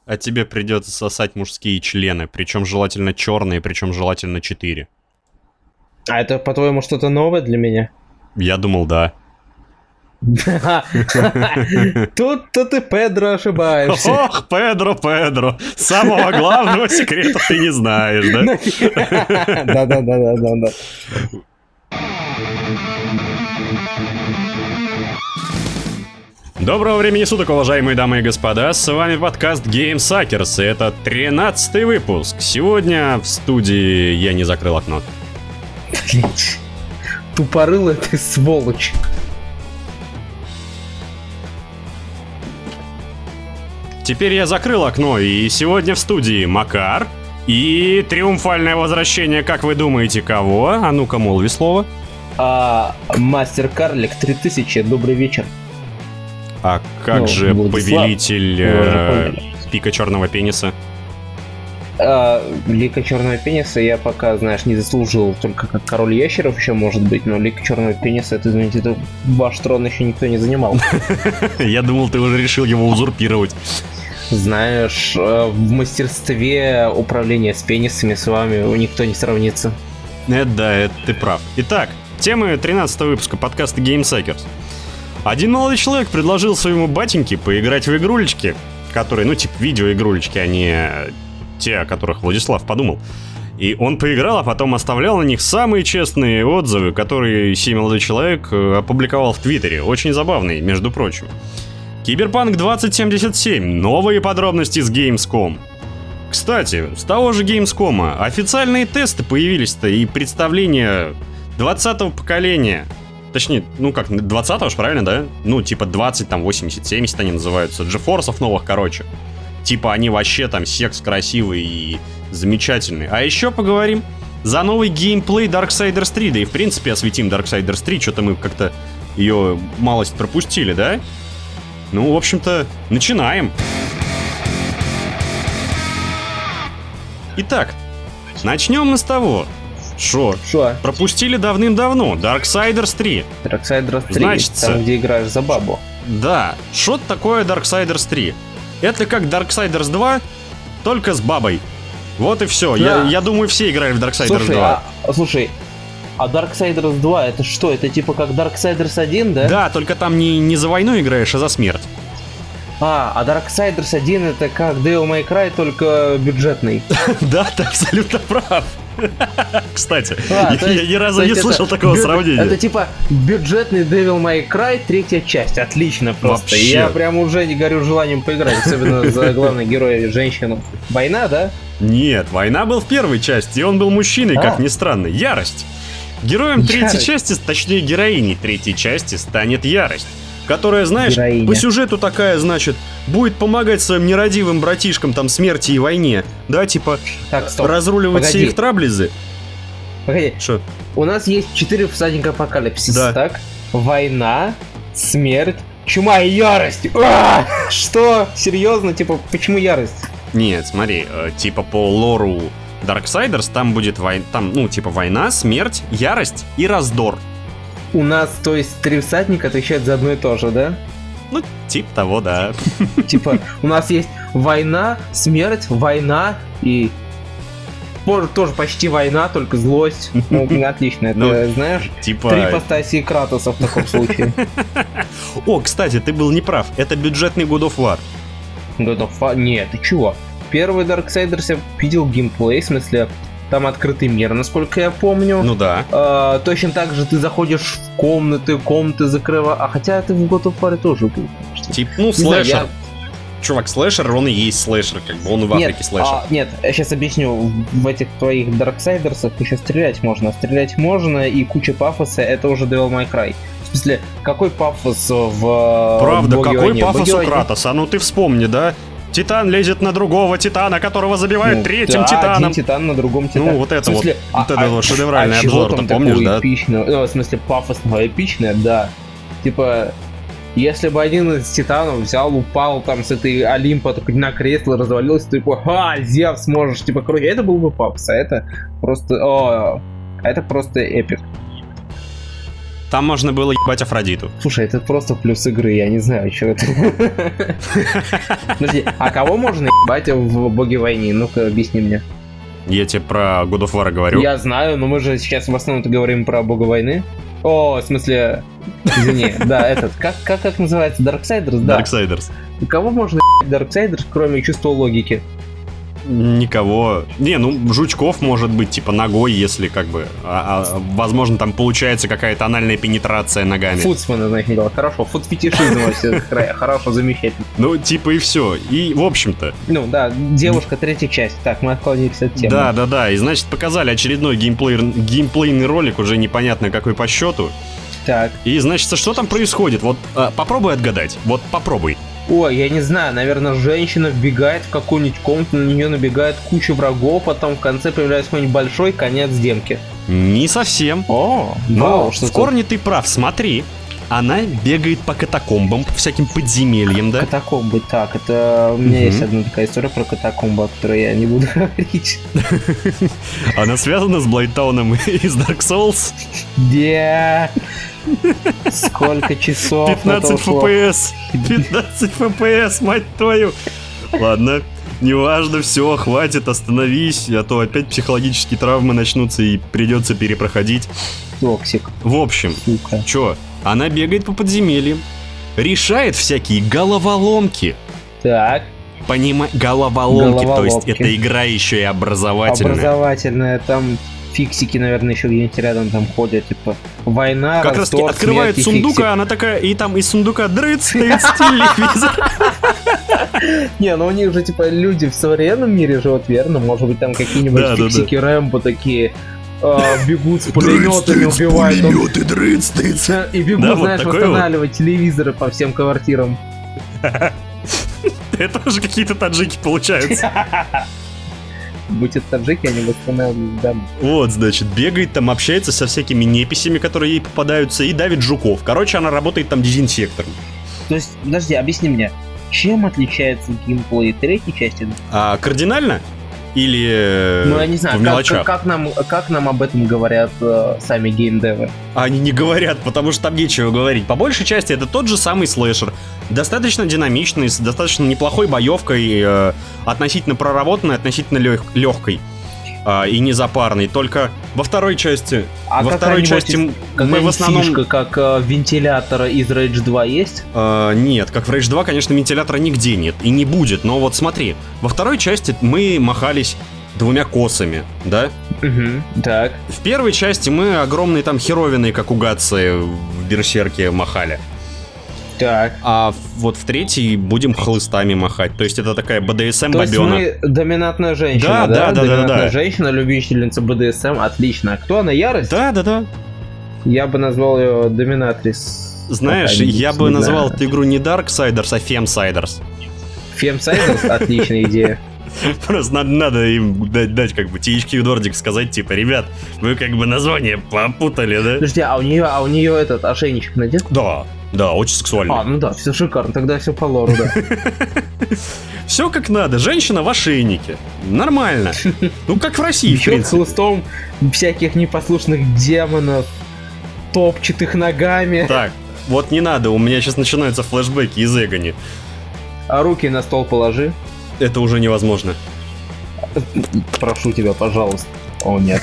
а тебе придется сосать мужские члены, причем желательно черные, причем желательно 4. А это, по-твоему, что-то новое для меня? Я думал, да. Тут-то ты, Педро, ошибаешься. Ох, Педро, самого главного секрета ты не знаешь, да? Да. Доброго времени суток, уважаемые дамы и господа, с вами подкаст GameSuckers, и это 13-й выпуск. Сегодня в студии я не закрыл окно. Блять, тупорылая ты сволочь. Теперь я закрыл окно, и сегодня в студии Макар и триумфальное возвращение, как вы думаете, кого? А ну-ка, молви слово. Мастер Карлик 3000, добрый вечер. А как же Владислав, повелитель пика черного пениса? Лика черного пениса я пока, знаешь, не заслужил, только как король ящеров еще может быть, но лика черного пениса, это, извините, это ваш трон еще никто не занимал. Я думал, ты уже решил его узурпировать. Знаешь, в мастерстве управления с пенисами с вами никто не сравнится. Это ты прав. Итак, темы 13-го выпуска подкаста GameSuckers. Один молодой человек предложил своему батеньке поиграть в игрулечки, которые, ну, типа видеоигрулечки, а не те, о которых Владислав подумал. И он поиграл, а потом оставлял на них самые честные отзывы, которые сей молодой человек опубликовал в Твиттере. Очень забавный, между прочим. Киберпанк 2077. Новые подробности с Gamescom. Кстати, с того же Gamescom официальные тесты появились-то и представления 20-го поколения. Точнее, ну как, 20-го ж, правильно, да? Ну, типа 20, там, 80, 70 они называются. GeForce'ов новых, короче. Типа они вообще там секс красивый и замечательный. А еще поговорим за новый геймплей Darksiders 3. Да и в принципе осветим Darksiders 3. Что-то мы как-то ее малость пропустили, да? Ну, в общем-то, начинаем. Итак, начнем мы с того, что пропустили давным-давно Darksiders 3. Darksiders 3, значится, там, где играешь за бабу. Да, что такое Darksiders 3? Это как Darksiders 2, только с бабой. Вот и все. Да. Я думаю, все играли в Darksiders 2. Слушай, а Darksiders 2 это что? Это типа как Darksiders 1, да? Да, только там не за войну играешь, а за смерть. А Darksiders 1 это как Devil May Cry, только бюджетный. Да, ты абсолютно прав. Кстати, я ни разу не слышал такого сравнения. Это типа бюджетный Devil May Cry, третья часть. Отлично просто. Вообще. Я прям уже не горю желанием поиграть, особенно за главного героя женщину. Война, да? Нет, Война был в первой части, и он был мужчиной, как ни странно. Ярость. Героем третьей части, точнее героиней третьей части станет Ярость. Которая, знаешь, героиня. По сюжету такая, значит, будет помогать своим нерадивым братишкам там смерти и войне. Да, типа, так, разруливать все их траблизы. Погоди. Шо? У нас есть 4 всадника апокалипсиса, да. Так? Война, смерть, чума и ярость. Что? Серьезно? Типа, почему ярость? Нет, смотри, типа по лору Darksiders там будет война, смерть, ярость и раздор. У нас, то есть, 3 всадника отвечают за одно и то же, да? Ну, типа того, да. Типа, у нас есть война, смерть, война и... Тоже почти война, только злость. Ну, отлично, это, знаешь, типа... 3 ипостаси Кратоса в таком случае. О, кстати, ты был неправ, это бюджетный God of War. God of War? Нет, ты чего? Первый Darksiders я видел геймплей, в смысле... Там открытый мир, насколько я помню. Ну да. Точно так же ты заходишь в комнаты закрываешь. А хотя это в God of War тоже был. Типа, ну, слэшер. Чувак, слэшер, он и есть слэшер, как бы он и в Африке слэшер. Нет, я сейчас объясню. В этих твоих Darksiders еще стрелять можно. Стрелять можно, и куча пафоса, это уже Devil May Cry. В смысле, какой пафос в... Правда, какой пафос у Кратоса? Ну ты вспомни, да? Титан лезет на другого титана, которого забивают третьим титаном. Один титан на другом титане. Ну, вот это вот это шедевральный обзор, ты помнишь, да? Эпичное, ну, в смысле, пафосного, эпичное, да. Типа, если бы один из титанов взял, упал там с этой Олимпа такой на кресло, развалился, ты такой, Зевс, можешь, типа, круги. Это был бы пафос, а это просто... это просто эпик. Там можно было ебать Афродиту. Слушай, это просто плюс игры, я не знаю, что это. Подожди, а кого можно ебать в Боге войны? Ну-ка, объясни мне. Я тебе про God of War говорю. Я знаю, но мы же сейчас в основном-то говорим про Бога войны. О, в смысле... Извини, да, этот... Как называется? Darksiders? Да. Darksiders. Кого можно ебать Darksiders, кроме чувства логики? Никого. Не, ну, жучков может быть, типа, ногой, если как бы... возможно, там получается какая-то анальная пенетрация ногами. Фудсмена, значит, дело. Хорошо, фудфетишизм вообще. Хорошо, замечательно. Ну, типа, и все. И, в общем-то... Ну, да, девушка, третья часть. Так, мы отклонились от темы. Да. И, значит, показали очередной геймплейный ролик, уже непонятно какой по счету. Так. И, значит, что там происходит? Вот попробуй отгадать. Вот попробуй. Ой, я не знаю, наверное, женщина вбегает в какую-нибудь комнату, на нее набегает куча врагов, потом в конце появляется какой-нибудь большой конец демки. Не совсем. Но в корне ты прав, смотри. Она бегает по катакомбам, по всяким подземельям, да? Катакомбы, так, это... У меня есть одна такая история про катакомбы, о которой я не буду говорить. Она связана с Блайттауном из Dark Souls? Да. Сколько часов 15 FPS. 15 FPS, мать твою. Ладно, неважно, все, хватит, остановись, а то опять психологические травмы начнутся и придется перепроходить. Токсик. В общем, чё? Она бегает по подземельям, решает всякие головоломки. Так. Головоломки, то есть это игра еще и образовательная. Образовательная, там фиксики, наверное, еще где-нибудь рядом там ходят, типа война, как раз открывает сундук, а она такая, и там из сундука дрыц, телевизор. Не, ну у них же, типа, люди в современном мире живут, верно? Может быть, там какие-нибудь фиксики Рэмбо такие... бегут с пулеметами, убивают. Пулеметы, дрыц. И бегут, знаешь, восстанавливать телевизоры по всем квартирам. Это уже какие-то таджики получаются. Будь это таджики, они восстанавливают дамы. Вот, значит, бегает там, общается со всякими неписями, которые ей попадаются, и давит жуков. Короче, она работает там дезинсектором. То есть, подожди, объясни мне, чем отличается геймплей третьей части? Кардинально? Или ну, я не знаю, в мелочах? Как нам об этом говорят сами геймдевы? Они не говорят, потому что там нечего говорить. По большей части это тот же самый слэшер. Достаточно динамичный, с достаточно неплохой боевкой, относительно проработанной, относительно легкой и незапарной. Только во второй части... во второй части мы в основном... фишка, как вентилятора из Rage 2 есть? Нет, как в Rage 2, конечно, вентилятора нигде нет и не будет. Но вот смотри, во второй части мы махались двумя косами, да? Угу, так. В первой части мы огромные там херовины, как у Гатсы в Берсерке, махали. Так. А вот в третьей будем хлыстами махать. То есть это такая БДСМ-бабёна. То есть мы доминантная женщина, да? Доминантная женщина, любительница БДСМ, отлично. А кто она, Ярость? Да. Я бы назвал ее Доминатрис. Знаешь, я бы назвал эту игру не Darksiders, а Femsiders. Femsiders? Отличная идея. Просто надо им дать как бы THQ Nordic сказать, типа, ребят, вы как бы название попутали, да? Подожди, а у нее этот ошейничек надет? Да, очень сексуально. Ну да, все шикарно, тогда все по лору, да. Все как надо, женщина в ошейнике. Нормально. Ну, как в России, в принципе. С хлыстом всяких непослушных демонов, топчет их ногами. Так, вот не надо, у меня сейчас начинаются флешбеки из Эгони. А руки на стол положи. Это уже невозможно. Прошу тебя, пожалуйста. О, нет.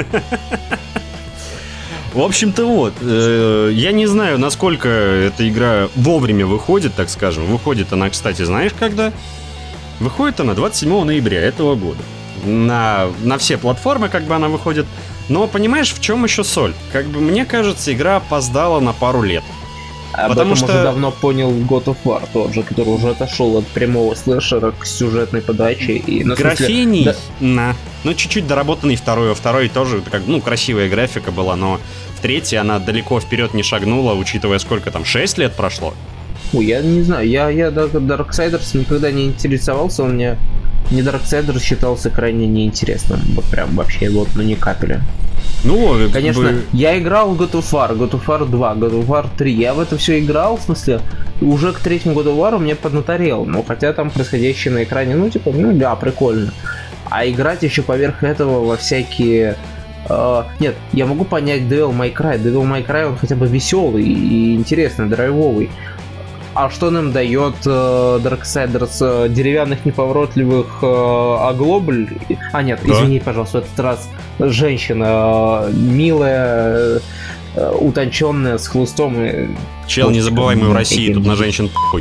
В общем-то вот, я не знаю, насколько эта игра вовремя выходит, так скажем. Выходит она, кстати, знаешь когда? Выходит она 27 ноября этого года. На все платформы как бы она выходит. Но понимаешь, в чем еще соль? Как бы мне кажется, игра опоздала на пару лет. Потому что уже давно понял God of War тот же, который уже отошел от прямого слэшера к сюжетной подаче. И, графений, ну чуть-чуть доработанный второй. Во второй тоже красивая графика была, но в третьей она далеко вперед не шагнула, учитывая сколько там, 6 лет прошло. Ой, я не знаю, я Darksiders никогда не интересовался, он мне Darksiders считался крайне неинтересным, вот прям вообще вот, ни капли. Ну, конечно, я играл в God of War 2, God of War 3, я в это все играл, в смысле, уже к третьему God of War мне поднаторел, но хотя там происходящее на экране, прикольно. А играть еще поверх этого во всякие Нет, я могу понять Devil May Cry. Devil May Cry, он хотя бы веселый и интересный, драйвовый. А что нам дает Darksiders? Деревянных неповоротливых оглобль? А нет, да. Извини, пожалуйста, в этот раз женщина милая, утонченная, с хлыстом. Чел, не забывай, мы в России, тут на женщин похуй.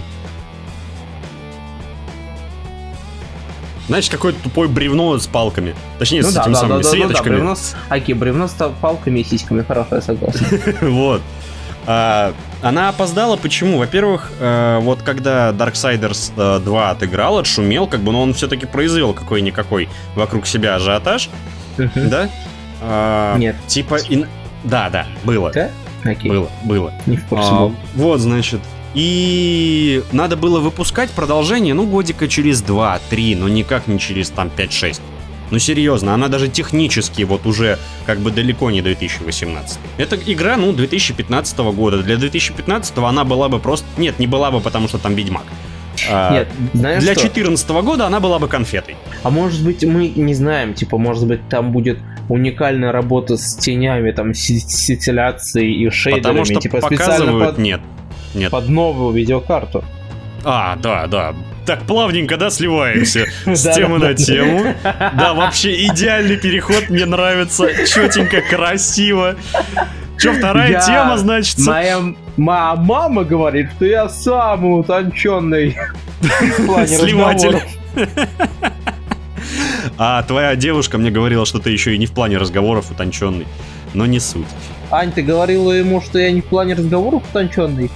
Знаешь, какое-то тупое бревно с палками. Точнее, с этими самыми светочками. Бревно с палками и сиськами, хорошо, я согласен. Вот. Она опоздала, почему? Во-первых, вот когда Darksiders 2 отыграл, отшумел, как бы, но он все-таки произвел какой-никакой вокруг себя ажиотаж. Да? Нет. Типа, да, было. Да? Окей. Было. Не в курсе. Вот, значит. И надо было выпускать продолжение, годика через 2-3, но никак не через там 5-6. Ну серьезно, она даже технически вот уже как бы далеко не 2018. Это игра, 2015 года. Для 2015 она была бы просто... Нет, не была бы, потому что там Ведьмак. Нет, знаешь для что? 2014 года она была бы конфетой. А может быть, мы не знаем, может быть, там будет уникальная работа с тенями, там, сетиляцией и шейдерами. Потому что показывают, нет. Под новую видеокарту. Да. Так плавненько, да, сливаемся с темы на тему. Да, вообще идеальный переход, мне нравится. Четенько, красиво. Че, вторая тема, значит? Моя мама говорит, что я самый утонченный в плане разговоров. А твоя девушка мне говорила, что ты еще и не в плане разговоров утонченный. Но не суть. Ань, ты говорила ему, что я не в плане разговоров утонченный?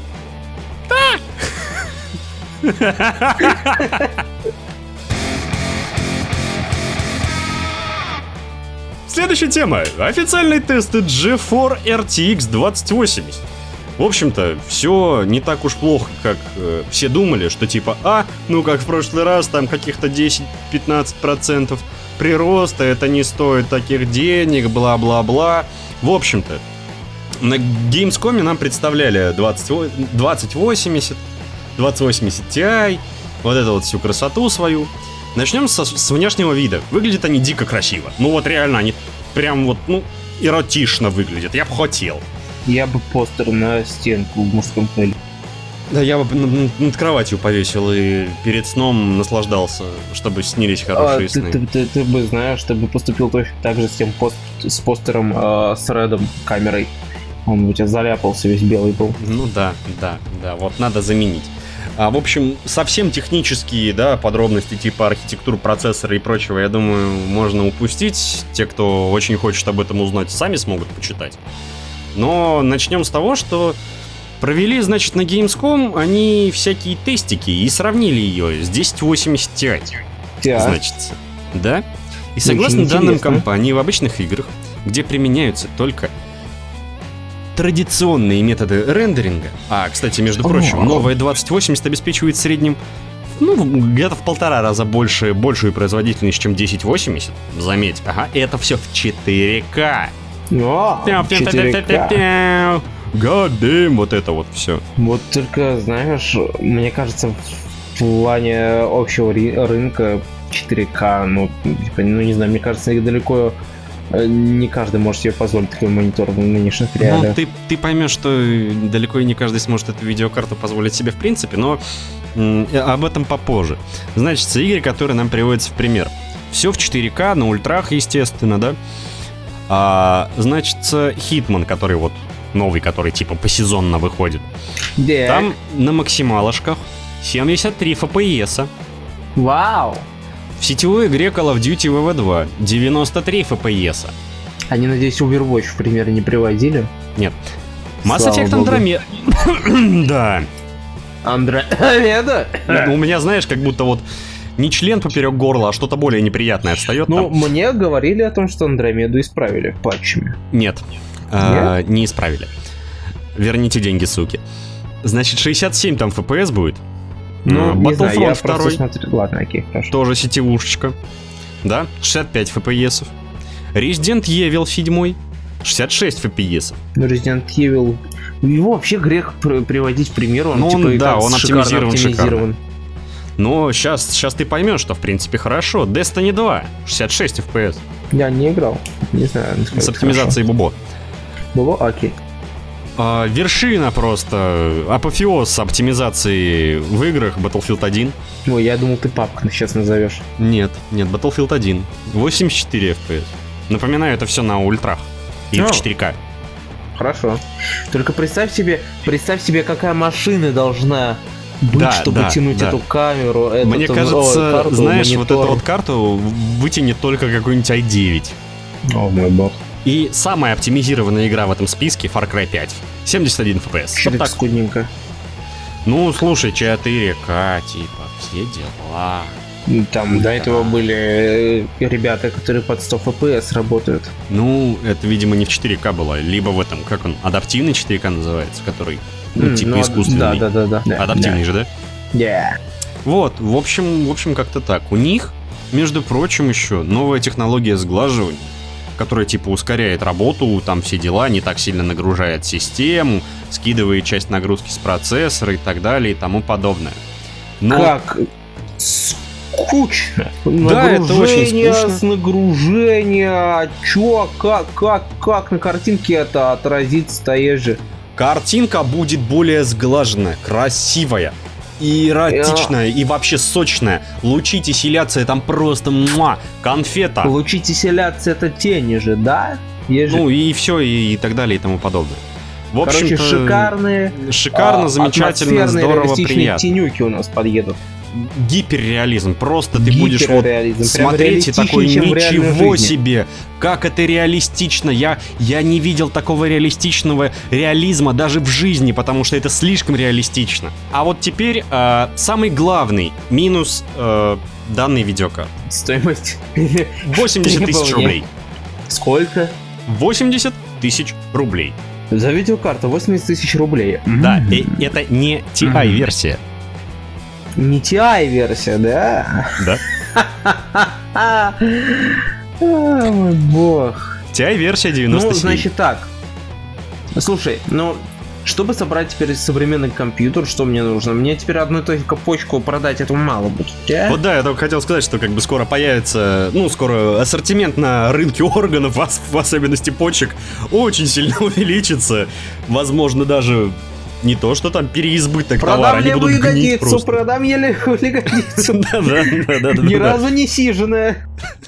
Следующая тема. Официальные тесты GeForce RTX 2080. В общем-то, все не так уж плохо, как все думали, что типа, как в прошлый раз, там каких-то 10-15% прироста, это не стоит таких денег, бла-бла-бла. В общем-то, на Gamescom нам представляли 2080, 2080 Ti, вот эту вот всю красоту свою. Начнем с внешнего вида. Выглядят они дико красиво. Реально, они прям эротично выглядят. Я бы хотел. Я бы постер на стенку в мужском туалете. Да, я бы над кроватью повесил и перед сном наслаждался, чтобы снились хорошие сны. Ты бы, знаешь, ты бы поступил точно так же с постером с Редом камерой. Он у тебя заляпался, весь белый был. Да, вот надо заменить. В общем, совсем технические, подробности типа архитектуры процессора и прочего, я думаю, можно упустить. Те, кто очень хочет об этом узнать, сами смогут почитать. Но начнем с того, что провели, значит, на Gamescom они всякие тестики и сравнили ее с 1080 Ti. Значит, да? И согласно данным компании, в обычных играх, где применяются только традиционные методы рендеринга. Кстати, между прочим, новая 2080 обеспечивает в среднем где-то в 1,5 раза большую производительность, чем 1080. Заметь, это все в 4К. 4К. God damn, вот это вот все. Вот только, знаешь, мне кажется, в плане общего рынка 4К, не знаю, мне кажется, далеко не каждый может себе позволить такой монитор в нынешних реалиях. Ты поймешь, что далеко и не каждый сможет эту видеокарту позволить себе в принципе, но об этом попозже. Значит, игры, которые нам приводятся в пример. Все в 4К, на ультрах, естественно, да? Значит, Hitman, который вот новый, который типа посезонно выходит. Yeah. Там на максималочках 73 FPS. Вау! В сетевой игре Call of Duty WW2 93 FPS. Они, надеюсь, Overwatch в пример не приводили? Нет. Mass Effect Andromeda. Да. Andromeda? У меня, знаешь, как будто вот не член поперек горла, а что-то более неприятное встает. Мне говорили о том, что Андромеду исправили патчами. Нет. Не исправили. Верните деньги, суки. Значит, 67 там FPS будет. Battlefront 2. Ладно, окей, хорошо. Тоже сетевушечка. Да, 65 FPS. Resident Evil 7. 66 FPS. Resident Evil... Его вообще грех приводить в пример. Он, он оптимизирован шикарно. Но сейчас ты поймешь, что в принципе хорошо. Destiny 2, 66 FPS. Я не играл, не знаю. С оптимизацией Бубо. Бубо? Окей. Вершина просто. Апофеоз оптимизации в играх Battlefield 1. Ой, я думал, ты папку сейчас назовешь. Нет, Battlefield 1. 84 FPS. Напоминаю, это все на ультрах. И в 4К. Хорошо. Только представь себе, какая машина должна быть, чтобы тянуть эту камеру. Мне кажется, карту, знаешь, монитор. Вот эту вот карту вытянет только какой-нибудь i9. О мой бог. И самая оптимизированная игра в этом списке Far Cry 5. 71 FPS. Что так скудненько. Ну, слушай, 4К, типа, все дела. Там до этого были ребята, которые под 100 FPS работают. Ну, это, видимо, не в 4К было, либо в этом, как он, адаптивный 4К называется, который, типа искусственный. Да. Адаптивный же, да? Да. Вот, в общем, как-то так. У них, между прочим, еще новая технология сглаживания, которая, типа, ускоряет работу, там все дела, не так сильно нагружает систему, скидывает часть нагрузки с процессора и так далее и тому подобное. Но... Как скучно. Да, это очень скучно. С нагружения. Чё, как на картинке это отразится-то же? Картинка будет более сглаженная, красивая, и эротичная, и вообще сочная. Лучи теселяция там просто конфета. Лучи теселяция это тени же, да? Ну и все, и так далее, и тому подобное. В общем-то, шикарно, замечательно, здорово, приятно. Тенюки у нас подъедут. Гиперреализм. Просто ты будешь вот смотреть и такой, ничего себе, как это реалистично. Я не видел такого реалистичного реализма даже в жизни, потому что это слишком реалистично. А вот теперь самый главный минус данной видеокарты. Стоимость 80 тысяч рублей. Сколько? 80 тысяч рублей. За видеокарту 80 тысяч рублей. Да, это не TI-версия. Не TI-версия, да? Да. О, мой бог. TI-версия 97. Ну, значит так. Слушай, чтобы собрать теперь современный компьютер, что мне нужно? Мне теперь одну только почку продать, этого мало будет. Вот да, я только хотел сказать, что как бы скоро появится, скоро ассортимент на рынке органов, в особенности почек, очень сильно увеличится. Возможно, даже не то, что там переизбыток товара, они будут гнить просто. Продам еле ягодицу. Да. Ни разу не сиженная.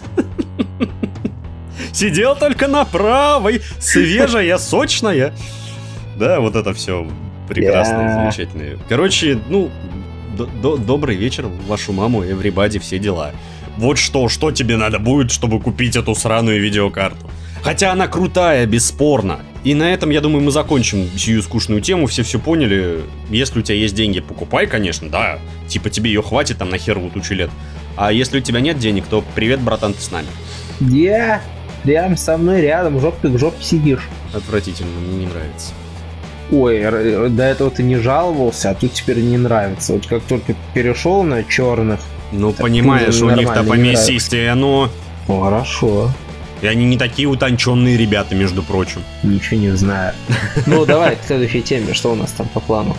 Сидел только на правой, свежая, сочная. Да, вот это все прекрасное, замечательное. Короче, добрый вечер, вашу маму, everybody, все дела. Вот что тебе надо будет, чтобы купить эту сраную видеокарту. Хотя она крутая, бесспорно. И на этом, я думаю, мы закончим сию скучную тему. Все поняли. Если у тебя есть деньги, покупай, конечно, да. Типа тебе ее хватит там на херовую тучу лет. А если у тебя нет денег, то привет, братан, ты с нами. Прям со мной рядом, жопкой к жопе сидишь. Отвратительно, мне не нравится. Ой, до этого ты не жаловался, а тут теперь не нравится. Вот как только перешел на черных. Понимаешь, у них-то помесистее, но... Хорошо. И они не такие утонченные ребята, между прочим. Ничего не знаю. Давай к следующей теме. Что у нас там по плану?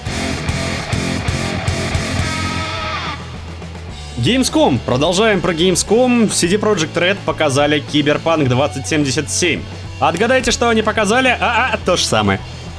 Gamescom. Продолжаем про Gamescom. CD Projekt Red показали Cyberpunk 2077. Отгадайте, что они показали? То же самое.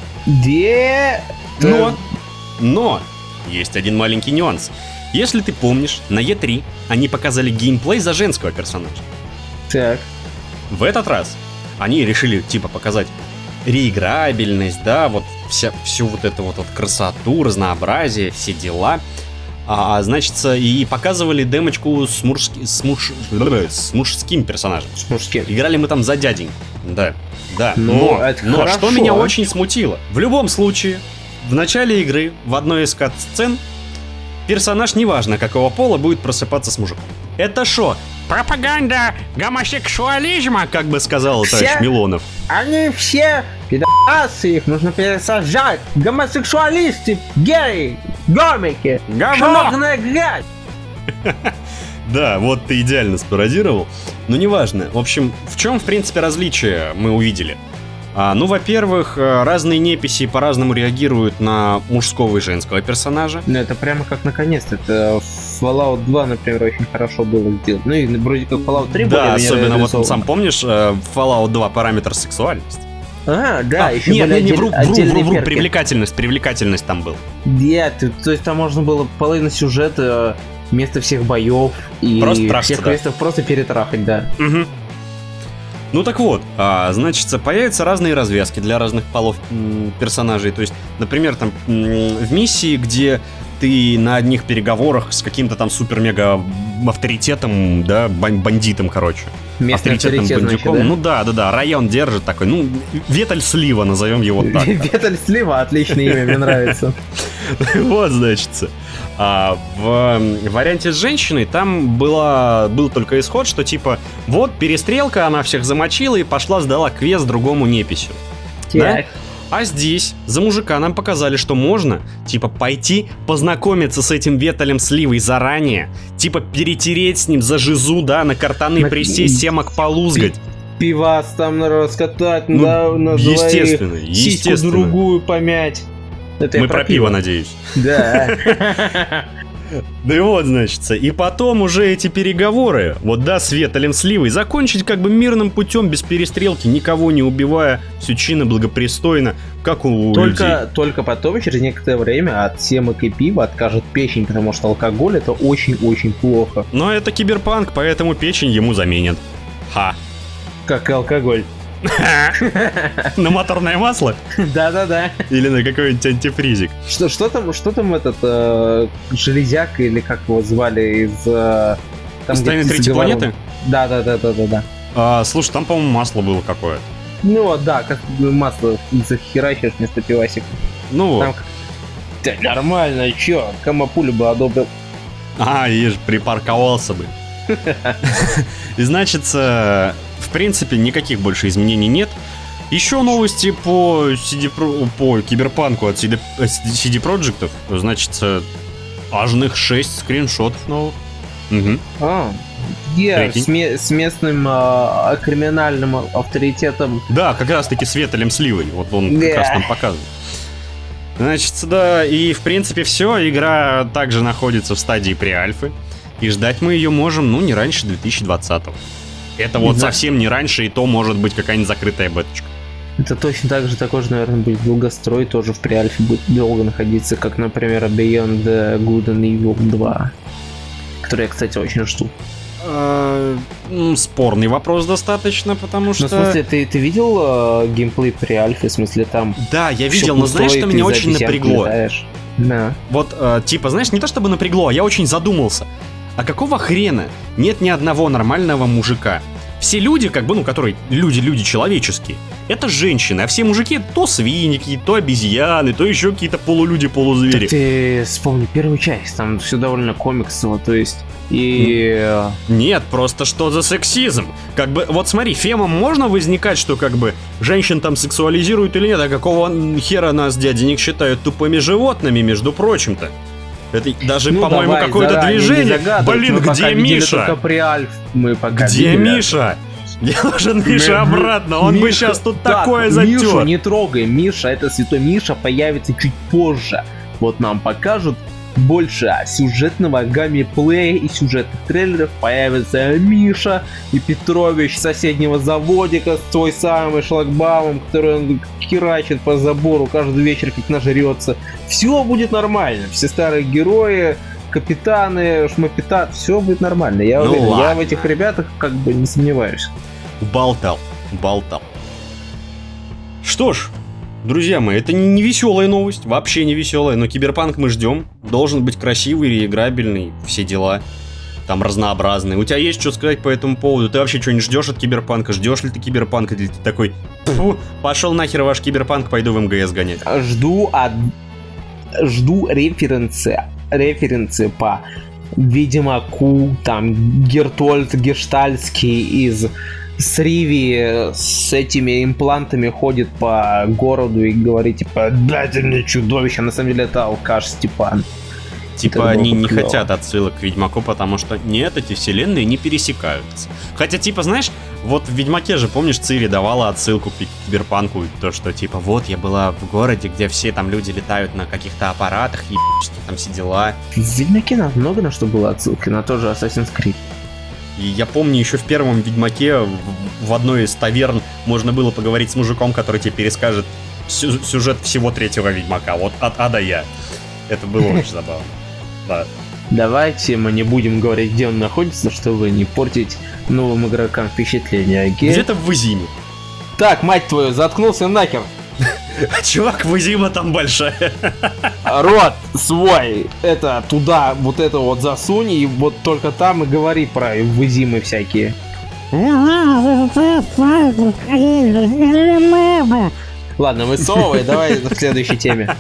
Но есть один маленький нюанс. Если ты помнишь, на E3 они показали геймплей за женского персонажа. Так. В этот раз они решили, показать реиграбельность, да, вот всю вот эту вот красоту, разнообразие, все дела. Значит, и показывали демочку с мужским персонажем. С мужским. Играли мы там за дяденьку. Да. Но что меня очень смутило. В любом случае, в начале игры, в одной из кат-сцен, персонаж, неважно какого пола, будет просыпаться с мужиком. Это шо? Пропаганда гомосексуализма, как бы сказал товарищ Милонов. Они все пидорасы, их нужно пересажать. Гомосексуалисты, геи, гомики, шмогная грязь. Да, вот ты идеально спародировал. Но неважно. В общем, в чем, в принципе, различие мы увидели? Во-первых, разные неписи по-разному реагируют на мужского и женского персонажа. Это прямо как наконец-то. Это Fallout 2, например, очень хорошо было сделано. Ну и вроде как Fallout 3 да, особенно вот сам помнишь, Fallout 2 параметр сексуальность. Да, еще не вру, привлекательность там был. Нет, то есть там можно было половину сюжета вместо всех боев и просто всех квестов просто перетрахать, да. Угу. Ну так вот, значит, появятся разные развязки для разных полов персонажей. То есть, например, там в миссии, где ты на одних переговорах с каким-то там супер-мега авторитетом, да, бандитом, короче. Местный авторитетным бандюком. Значит, да? Ну да, район держит такой, ну, Веталь Слива, назовем его так. Веталь Слива, отличное имя, мне нравится. Вот, значит. А в варианте с женщиной там был только исход, что типа, вот перестрелка, она всех замочила и пошла сдала квест другому неписью. Да? А здесь за мужика нам показали, что можно, типа, пойти познакомиться с этим Веталем Сливой заранее, типа, перетереть с ним за жизу, да, на картаны присесть, семок полузгать. Пивас там раскатать, ну, да, на естественно. Сиську другую помять. Это мы про пиво, надеюсь. Да. Да и вот, значит, и потом уже эти переговоры, вот да, с Веталем Сливой, закончить как бы мирным путем, без перестрелки, никого не убивая, все чинно, благопристойно, как у людей. Только потом, через некоторое время, от семок и пива откажет печень, потому что алкоголь — это очень-очень плохо. Но это киберпанк, поэтому печень ему заменят. Ха. Как и алкоголь. На моторное масло? Да-да-да. Или на какой-нибудь антифризик? Что там этот железяк, или как его звали, из... Из «Тайны третьей планеты»? Да. Слушай, там, по-моему, масло было какое-то. Ну, да, как масло захерачишь вместо пивасика. Ну вот. Да нормально, чё? Камапулю бы одобрил. Ешь, припарковался бы. И значит, в принципе, никаких больше изменений нет. Еще новости по киберпанку от CD Projekt. Значит, ажных 6 скриншотов новых. Угу. С местным криминальным авторитетом. Да, как раз таки с Веталем Сливой. Вот он как раз нам показывает. Значит, да, и в принципе все. Игра также находится в стадии преальфы. И ждать мы ее можем, ну, не раньше 2020-го. Это вот совсем не раньше, и то может быть какая-нибудь закрытая беточка. Это точно так же, такой же, наверное, будет долгострой, тоже в преальфе будет долго находиться, как, например, Beyond Good and Evil 2, который я, кстати, очень жду. Спорный вопрос достаточно, потому что... Ну, в смысле, ты видел геймплей преальфы, в смысле, там... Да, я видел, но знаешь, что меня очень напрягло? Да. Вот, типа, знаешь, не то чтобы напрягло, а я очень задумался. А какого хрена нет ни одного нормального мужика? Все люди, как бы, ну, которые люди человеческие, это женщины, а все мужики то свиньи, то обезьяны, то еще какие-то полулюди, полузвери. Так ты вспомни первую часть, там все довольно комиксово, то есть... И... Нет, просто что за сексизм? Как бы, вот смотри, фемам можно возникать, что как бы женщин там сексуализируют или нет, а какого хера нас, дяденек, считают тупыми животными, между прочим-то? Это даже, по-моему, какое-то движение. Блин, где Миша? Где Миша? Мне нужен Миша обратно, он бы сейчас тут такое затер. Мишу не трогай, Миша, это святой. Миша появится чуть позже. Вот нам покажут больше сюжетного геймплея и сюжетных трейлеров. Появится Миша и Петрович с соседнего заводика с той самой шлагбаумом, который он херачит по забору каждый вечер, как нажрется. Все будет нормально. Все старые герои, капитаны, шмапита, все будет нормально. Я уверен, ладно. Я в этих ребятах как бы не сомневаюсь. Болтал. Что ж, друзья мои, это не веселая новость, вообще не веселая, но киберпанк мы ждем. Должен быть красивый, реиграбельный, все дела. Там разнообразные. У тебя есть что сказать по этому поводу? Ты вообще что-нибудь ждешь от киберпанка? Ждешь ли ты киберпанка? Или ты такой, пошел нахер ваш киберпанк, пойду в МГС гонять? Жду референсы по Ведьмаку, там Гертольд Гештальский из Сриви с этими имплантами ходит по городу и говорит, типа, дайте мне чудовище. На самом деле это алкаш Степан. Типа они не хотят отсылок к Ведьмаку, потому что нет, эти вселенные не пересекаются. Хотя, типа, знаешь, вот в Ведьмаке же, помнишь, Цири давала отсылку к Киберпанку, то, что, типа, вот, я была в городе, где все там люди летают на каких-то аппаратах, что там все дела. В Ведьмаке много на что было отсылки, на тот же Assassin's Creed. И я помню, еще в первом Ведьмаке в одной из таверн можно было поговорить с мужиком, который тебе перескажет сюжет всего третьего Ведьмака, вот от А до Я. Это было очень забавно. Да. Давайте мы не будем говорить, где он находится, чтобы не портить новым игрокам впечатление. Где-то в Изиме. Так, мать твою, заткнулся нахер. Чувак, Изима там большая. Рот свой, это туда, вот это вот засунь, и вот только там и говори про Изимы всякие. Ладно, высовывай, давай к следующей теме.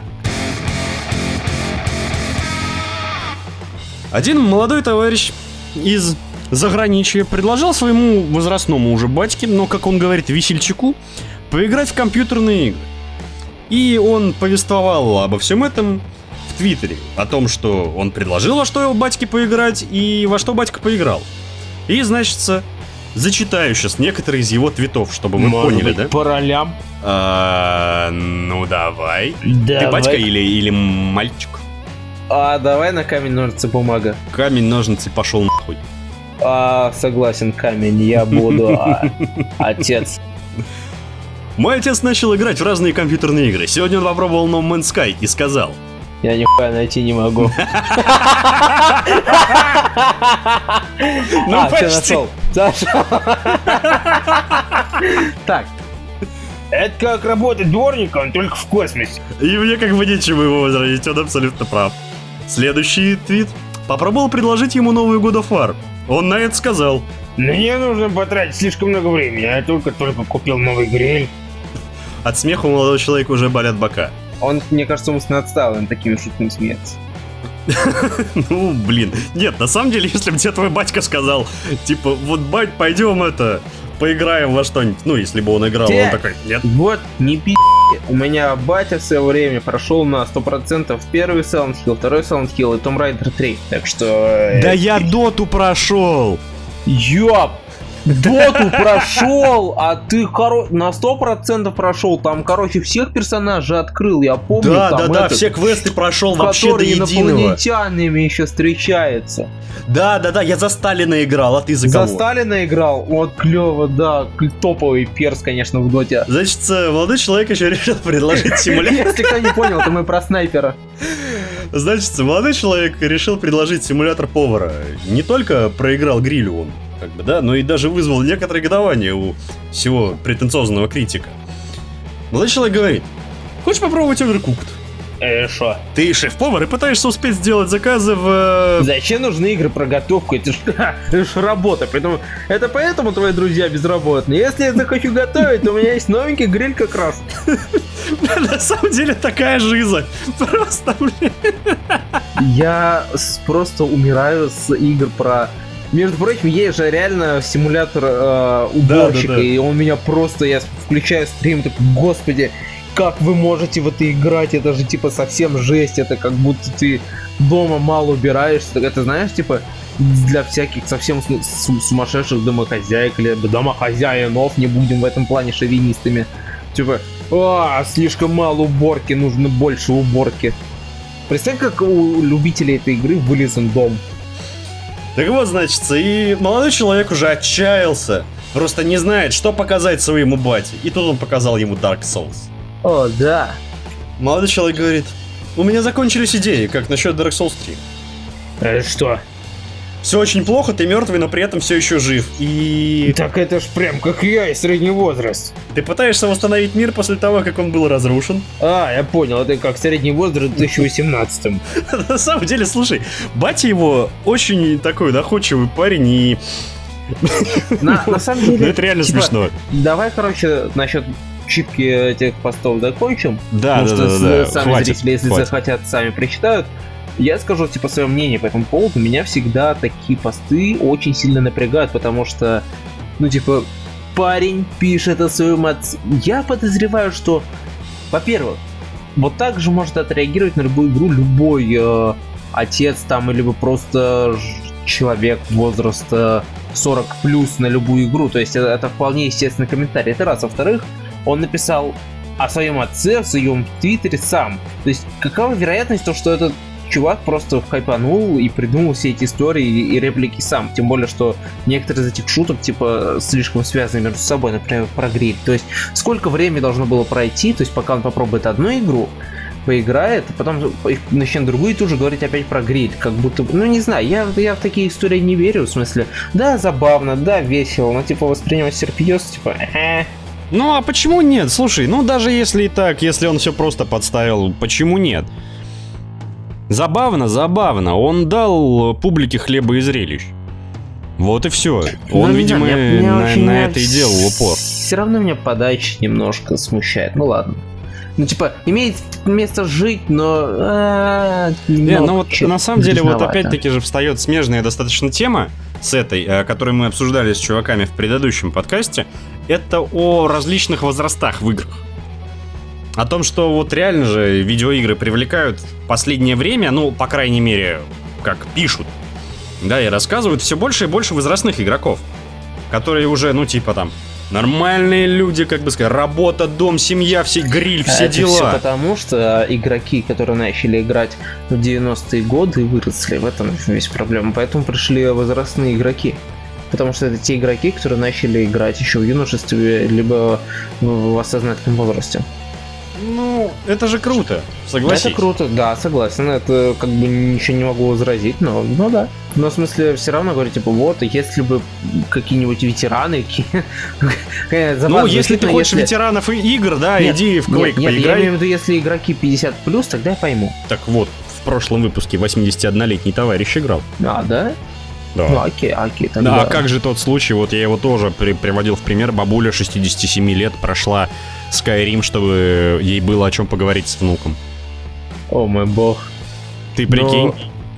Один молодой товарищ из заграничья предложил своему возрастному уже батьке, но, как он говорит, весельчаку, поиграть в компьютерные игры. И он повествовал обо всем этом в Твиттере, о том, что он предложил во что его батьке поиграть и во что батька поиграл. И, значится, зачитаю сейчас некоторые из его твитов, чтобы вы поняли, да? По ролям? Ну давай. Ты батька или мальчик? Давай на камень, ножницы, бумага. Камень, ножницы, пошел нахуй. Согласен, камень, я буду отец. Мой отец начал играть в разные компьютерные игры. Сегодня он попробовал No Man's Sky и сказал: я нихуя найти не могу. Ну почти. Так. Это как работать дворником, только в космосе. И мне как бы нечего его возразить, он абсолютно прав. Следующий твит. Попробовал предложить ему новую God of War. Он на это сказал: мне нужно потратить слишком много времени, я только купил новый гриль. От смеха у молодого человека уже болят бока. Он, мне кажется, умственно отстал, он такими шутками смеется. Ну, блин. Нет, на самом деле, если бы тебе твой батька сказал, типа, вот, бать, пойдем поиграем во что-нибудь. Ну, если бы он играл, он такой: нет. Вот, не пи***. У меня батя в свое время прошел на 100% первый Silent Hill, второй Silent Hill и Tomb Raider 3. Так что... Да я доту прошел! Ёп! Доту прошел, а ты на 100% прошел. Там, короче, всех персонажей открыл, я помню. Да, все квесты прошел вообще до единого. Которые инопланетянами еще встречаются. Да, я за Сталина играл, а ты за кого? За Сталина играл? Вот клево, да. Топовый перс, конечно, в доте. Значит, молодой человек еще решил предложить симулятор. Если кто не понял, то мы про снайпера. Значит, молодой человек решил предложить симулятор повара. Не только проиграл грилю он, как бы, да, но и даже вызвал некоторое негодование у всего претенциозного критика. Молодой человек говорит: хочешь попробовать Overcooked? Шо? Ты шеф-повар и пытаешься успеть сделать заказы в... Зачем нужны игры про готовку? Это ж работа. Это поэтому твои друзья безработные. Если я захочу готовить, то у меня есть новенький гриль как раз. На самом деле такая жиза. Просто, блин. Я просто умираю с игр про... Между прочим, есть же реально симулятор уборщика, и он меня просто... Я включаю стрим, такой: господи, как вы можете в это играть? Это же типа совсем жесть, это как будто ты дома мало убираешься. Это, знаешь, типа для всяких совсем сумасшедших домохозяек или домохозяинов, не будем в этом плане шовинистами. Типа, слишком мало уборки, нужно больше уборки. Представь, как у любителей этой игры вылезан дом. Так вот, значит, и молодой человек уже отчаялся. Просто не знает, что показать своему бате. И тут он показал ему Dark Souls. О, да. Молодой человек говорит: у меня закончились идеи, как насчет Dark Souls 3. Что? Все очень плохо, ты мертвый, но при этом все еще жив. И... Так это ж прям как я и средний возраст. Ты пытаешься восстановить мир после того, как он был разрушен. Я понял, это как средний возраст в 2018-м. На самом деле, слушай, батя его очень такой находчивый парень и... На самом деле... Это реально смешно. Давай, короче, насчет читки этих постов закончим. Да. Сами зрители, если захотят, сами прочитают. Я скажу, типа, свое мнение по этому поводу. Меня всегда такие посты очень сильно напрягают, потому что, ну, типа, парень пишет о своем отце. Я подозреваю, что, во-первых, вот так же может отреагировать на любую игру любой отец там, либо просто человек возраста 40 плюс на любую игру. То есть это вполне естественный комментарий. Это раз. Во-вторых, он написал о своем отце в своем твиттере сам. То есть какова вероятность, что этот чувак просто хайпанул и придумал все эти истории и реплики сам. Тем более, что некоторые из этих шуток, типа, слишком связаны между собой, например, про гриль. То есть сколько времени должно было пройти, то есть пока он попробует одну игру, поиграет, а потом начнет другую и тут же говорить опять про гриль. Как будто, ну не знаю, я в такие истории не верю, в смысле, да, забавно, да, весело, но типа воспринимать всерьез, типа, Ну а почему нет? Слушай, ну даже если и так, если он все просто подставил, почему нет? Забавно, он дал публике хлеба и зрелищ. Вот и все. Он, видимо, на это и делал упор. Все равно меня подача немножко смущает. Ну ладно. Ну, типа, имеет место жить, но... ну вот на самом деле, вот опять-таки же встает смежная достаточно тема с этой, которую мы обсуждали с чуваками в предыдущем подкасте. Это о различных возрастах в играх. О том, что вот реально же видеоигры привлекают в последнее время, ну, по крайней мере, как пишут, да, и рассказывают все больше и больше возрастных игроков, которые уже, ну, типа там, нормальные люди, как бы сказать, работа, дом, семья, все гриль, все дела. Это все потому, что игроки, которые начали играть в 90-е годы, выросли, в этом весь проблема. Поэтому пришли возрастные игроки. Потому что это те игроки, которые начали играть еще в юношестве, либо в осознательном возрасте. Ну, это же круто, согласись. Это круто, да, согласен. Это как бы ничего не могу возразить, но да. Но в смысле, все равно говорю, типа, вот, если бы какие-нибудь ветераны... Ну, если ты хочешь ветеранов игр, да, иди в Quake поиграй. Я имею в виду, если игроки 50+, тогда я пойму. Так вот, в прошлом выпуске 81-летний товарищ играл. А, да? Да. Ну, окей, тогда... Да, а как же тот случай, вот я его тоже приводил в пример, бабуля 67 лет прошла Skyrim, чтобы ей было о чем поговорить с внуком. О мой бог. Ты прикинь?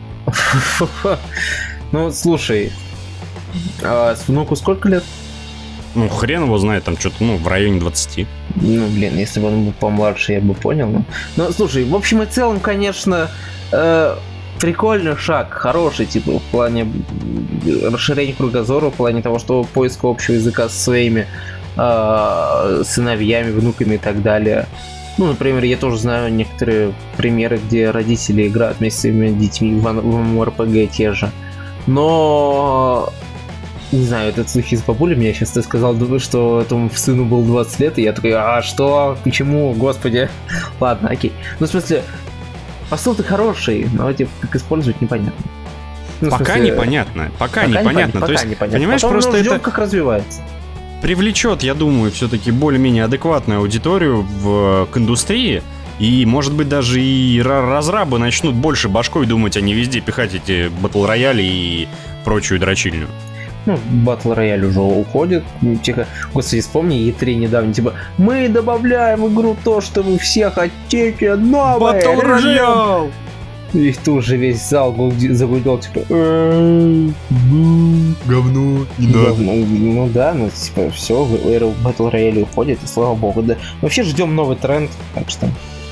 Ну, слушай, а с внуку сколько лет? Ну, хрен его знает, там что-то, в районе 20. Ну, блин, если бы он был помладше, я бы понял. Но слушай, в общем и целом, конечно, прикольный шаг, хороший, типа, в плане расширения кругозора, в плане того, что поиска общего языка со своими сыновьями, внуками и так далее. Ну, например, я тоже знаю некоторые примеры, где родители играют вместе с своими детьми в MMORPG те же. Но... Не знаю, этот случай с бабулей меня сейчас ты сказал, что этому сыну было 20 лет, и я такой, а что? Почему? Господи. Ладно, окей. Ну, в смысле, посыл-то хороший, но типа, как использовать непонятно. Ну, пока смысле, непонятно. Пока непонятно. То есть, понимаешь, потом просто ждем, это как развивается. Привлечет, я думаю, все-таки более-менее адекватную аудиторию к индустрии. И, может быть, даже и разрабы начнут больше башкой думать, а не везде пихать эти батл-рояли и прочую дрочильню. Ну, Battle Royale уже уходит. Тихо. Господи, вспомни E3 недавно, типа, мы добавляем в игру то, что вы все хотите, новое. Battle Royale! И тут же весь зал загудел, типа, говно, не надо. Ну да, ну типа, все, Battle Royale уходит, и слава богу, да. Вообще ждем новый тренд, так что...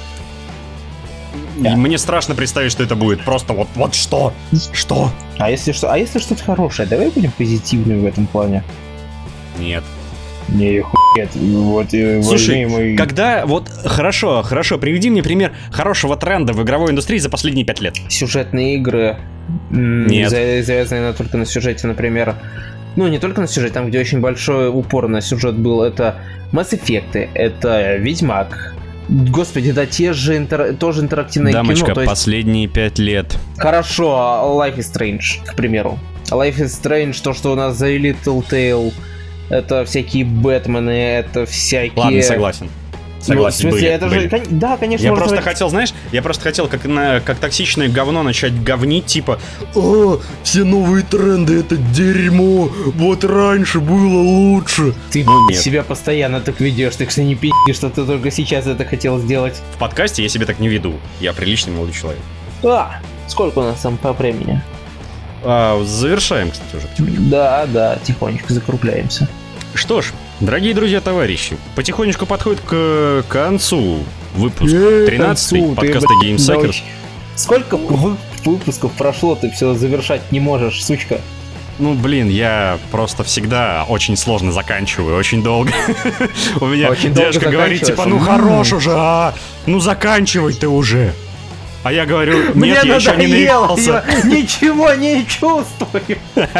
И мне страшно представить, что это будет просто вот что? Что? А если что-то хорошее, давай будем позитивными в этом плане. Нет. Не, хует. Вот, слушай, когда... Вот, хорошо, приведи мне пример хорошего тренда в игровой индустрии за последние 5 лет. Сюжетные игры. Нет. Завязанные только на сюжете, например. Ну, не только на сюжете, там, где очень большой упор на сюжет был. Это Mass Effect, это Ведьмак. Господи, да те же тоже интерактивное Дамочка, кино. То есть... последние 5 лет. Хорошо, Life is Strange, к примеру. Life is Strange, то, что у нас завели Telltale, это всякие Бэтмены, это всякие... Ладно, согласен. Согласен, ну, в смысле, были. Же... Да, конечно. Я просто хотел, знаешь, как токсичное говно начать говнить, типа, о, все новые тренды, это дерьмо, вот раньше было лучше. Ты себя постоянно так ведешь, так что не пи***, что ты только сейчас это хотел сделать. В подкасте я себя так не веду, я приличный молодой человек. Сколько у нас там по времени? Завершаем, кстати, уже. Да, тихонечко закругляемся. Что ж, дорогие друзья-товарищи, потихонечку подходит к концу выпуск 13-й подкаста GameSuckers. Сколько выпусков прошло, ты все завершать не можешь, сучка. Ну, блин, я просто всегда очень сложно заканчиваю, очень долго. У меня девушка говорит, типа, ну хорош уже, ну заканчивай ты уже. А я говорю, нет, я еще не наелся. Ничего не чувствую.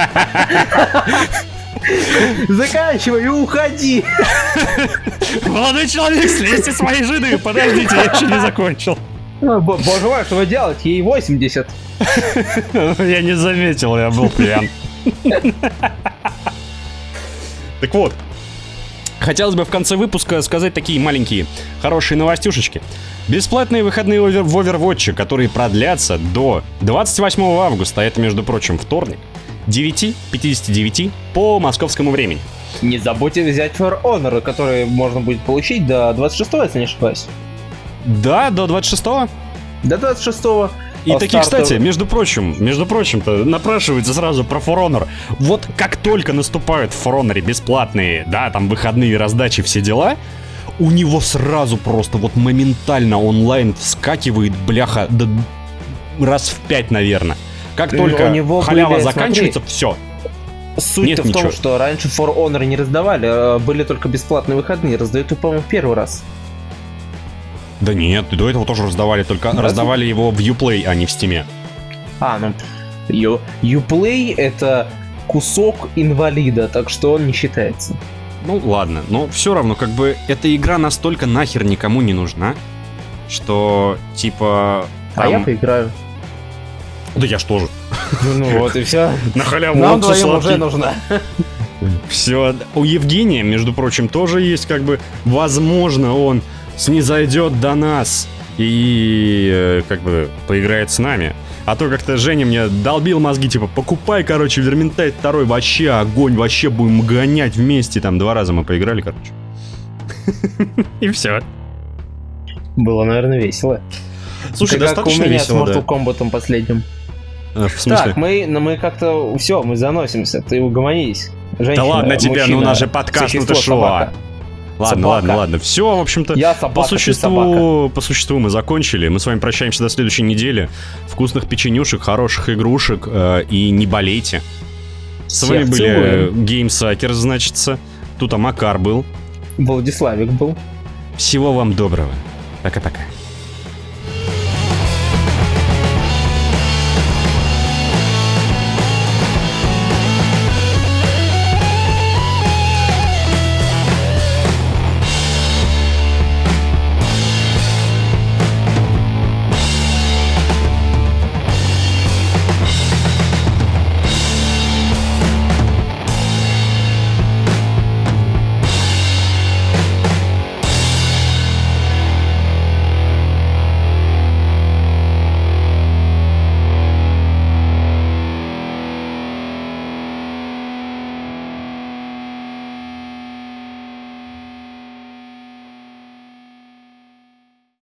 Заканчивай и уходи. Молодой человек, слезьте с моей жены. Подождите, я еще не закончил. Боже мой, что вы делаете? Ей 80. Я не заметил, я был пьян. Так вот, хотелось бы в конце выпуска сказать такие маленькие хорошие новостюшечки. Бесплатные выходные в Overwatch, которые продлятся до 28 августа, это, между прочим, вторник, 9:59 по московскому времени. Не забудьте взять For Honor, который можно будет получить до 26-го, если не ошибаюсь. Да, до 26-го? До 26-го. И такие, кстати, между прочим-то, напрашивается сразу про For Honor. Вот как только наступают в For Honor бесплатные, да, там выходные раздачи, все дела, у него сразу просто вот моментально онлайн вскакивает, бляха, да, раз в 5, наверное. Как только халява заканчивается, все. Суть-то в том, что раньше For Honor не раздавали, были только бесплатные выходные, раздают, по-моему, первый раз. Да нет, до этого тоже раздавали, только раздавали его в Uplay, а не в Steam. Uplay — это кусок инвалида, так что он не считается. Ну ладно, но все равно, как бы, эта игра настолько нахер никому не нужна, что, типа... А я поиграю. Да я ж тоже. Ну вот и все. На халяву. Нам двоим уже нужна. Все. У Евгения, между прочим, тоже есть, как бы, возможно, он снизойдет до нас и, как бы, поиграет с нами. А то как-то Женя мне долбил мозги, типа, покупай, короче, Vermintide 2, вообще огонь, вообще будем гонять вместе. Там 2 раза мы поиграли, короче. И все. Было, наверное, весело. Слушай, достаточно весело, да. С Mortal Kombat'ом последним. В смысле? Так, мы как-то... Все, мы заносимся, ты угомонись. Да ладно тебе, ну у нас же подкаст, ну ты шо? Ладно. Все, в общем-то, по существу мы закончили. Мы с вами прощаемся до следующей недели. Вкусных печенюшек, хороших игрушек и не болейте. С вами были GameSuckers, значится. Тут Макар был. Владиславик был. Всего вам доброго. Пока-пока.